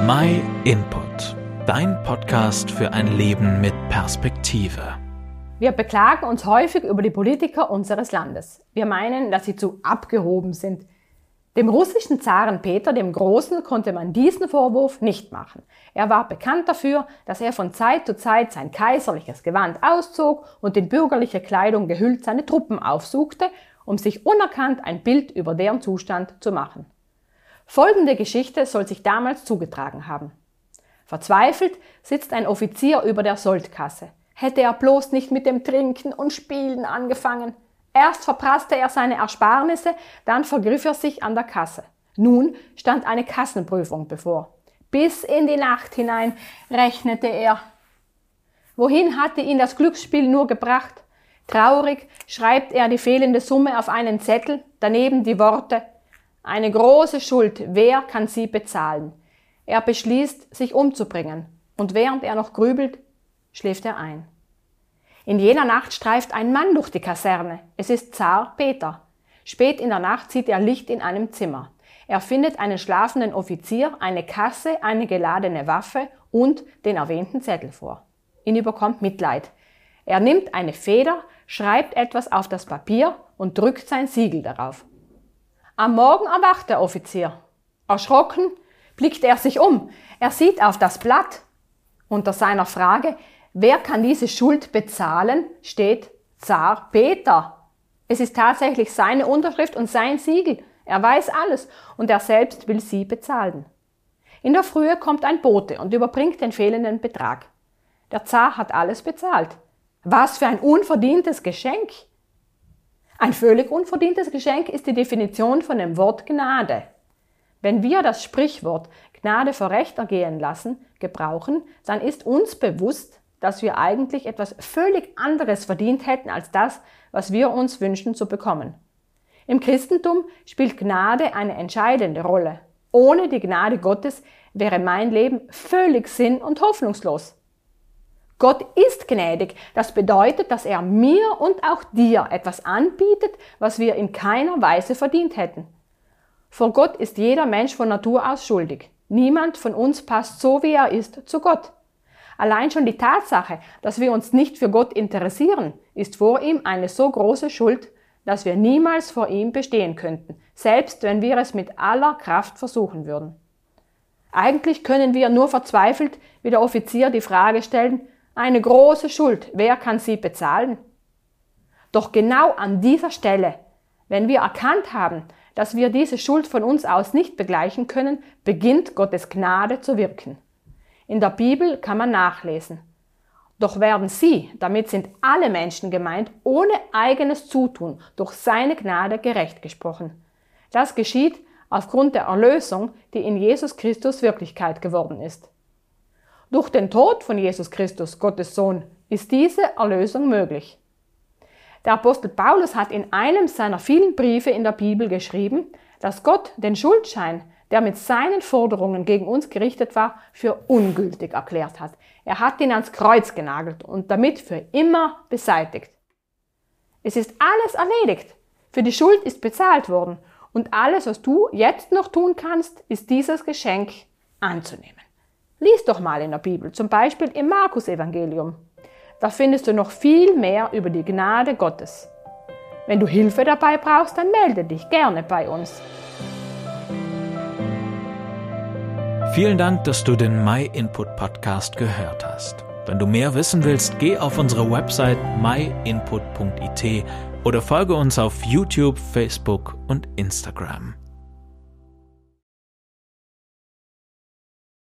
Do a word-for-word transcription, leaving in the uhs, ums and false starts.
My Input, dein Podcast für ein Leben mit Perspektive. Wir beklagen uns häufig über die Politiker unseres Landes. Wir meinen, dass sie zu abgehoben sind. Dem russischen Zaren Peter dem Großen konnte man diesen Vorwurf nicht machen. Er war bekannt dafür, dass er von Zeit zu Zeit sein kaiserliches Gewand auszog und in bürgerliche Kleidung gehüllt seine Truppen aufsuchte, um sich unerkannt ein Bild über deren Zustand zu machen. Folgende Geschichte soll sich damals zugetragen haben. Verzweifelt sitzt ein Offizier über der Soldkasse. Hätte er bloß nicht mit dem Trinken und Spielen angefangen. Erst verprasste er seine Ersparnisse, dann vergriff er sich an der Kasse. Nun stand eine Kassenprüfung bevor. Bis in die Nacht hinein rechnete er. Wohin hatte ihn das Glücksspiel nur gebracht? Traurig schreibt er die fehlende Summe auf einen Zettel, daneben die Worte: Eine große Schuld, wer kann sie bezahlen? Er beschließt, sich umzubringen, und während er noch grübelt, schläft er ein. In jener Nacht streift ein Mann durch die Kaserne. Es ist Zar Peter. Spät in der Nacht sieht er Licht in einem Zimmer. Er findet einen schlafenden Offizier, eine Kasse, eine geladene Waffe und den erwähnten Zettel vor. Ihn überkommt Mitleid. Er nimmt eine Feder, schreibt etwas auf das Papier und drückt sein Siegel darauf. Am Morgen erwacht der Offizier. Erschrocken blickt er sich um. Er sieht auf das Blatt. Unter seiner Frage, wer kann diese Schuld bezahlen, steht Zar Peter. Es ist tatsächlich seine Unterschrift und sein Siegel. Er weiß alles und er selbst will sie bezahlen. In der Frühe kommt ein Bote und überbringt den fehlenden Betrag. Der Zar hat alles bezahlt. Was für ein unverdientes Geschenk! Ein völlig unverdientes Geschenk ist die Definition von dem Wort Gnade. Wenn wir das Sprichwort Gnade vor Recht ergehen lassen, gebrauchen, dann ist uns bewusst, dass wir eigentlich etwas völlig anderes verdient hätten als das, was wir uns wünschen zu bekommen. Im Christentum spielt Gnade eine entscheidende Rolle. Ohne die Gnade Gottes wäre mein Leben völlig sinn- und hoffnungslos. Gott ist gnädig. Das bedeutet, dass er mir und auch dir etwas anbietet, was wir in keiner Weise verdient hätten. Vor Gott ist jeder Mensch von Natur aus schuldig. Niemand von uns passt so, wie er ist, zu Gott. Allein schon die Tatsache, dass wir uns nicht für Gott interessieren, ist vor ihm eine so große Schuld, dass wir niemals vor ihm bestehen könnten, selbst wenn wir es mit aller Kraft versuchen würden. Eigentlich können wir nur verzweifelt wie der Offizier die Frage stellen: Eine große Schuld, wer kann sie bezahlen? Doch genau an dieser Stelle, wenn wir erkannt haben, dass wir diese Schuld von uns aus nicht begleichen können, beginnt Gottes Gnade zu wirken. In der Bibel kann man nachlesen: Doch werden sie, damit sind alle Menschen gemeint, ohne eigenes Zutun durch seine Gnade gerecht gesprochen. Das geschieht aufgrund der Erlösung, die in Jesus Christus Wirklichkeit geworden ist. Durch den Tod von Jesus Christus, Gottes Sohn, ist diese Erlösung möglich. Der Apostel Paulus hat in einem seiner vielen Briefe in der Bibel geschrieben, dass Gott den Schuldschein, der mit seinen Forderungen gegen uns gerichtet war, für ungültig erklärt hat. Er hat ihn ans Kreuz genagelt und damit für immer beseitigt. Es ist alles erledigt. Für die Schuld ist bezahlt worden und alles, was du jetzt noch tun kannst, ist dieses Geschenk anzunehmen. Lies doch mal in der Bibel, zum Beispiel im Markus-Evangelium. Da findest du noch viel mehr über die Gnade Gottes. Wenn du Hilfe dabei brauchst, dann melde dich gerne bei uns. Vielen Dank, dass du den My Input Podcast gehört hast. Wenn du mehr wissen willst, geh auf unsere Website my input punkt i t oder folge uns auf YouTube, Facebook und Instagram.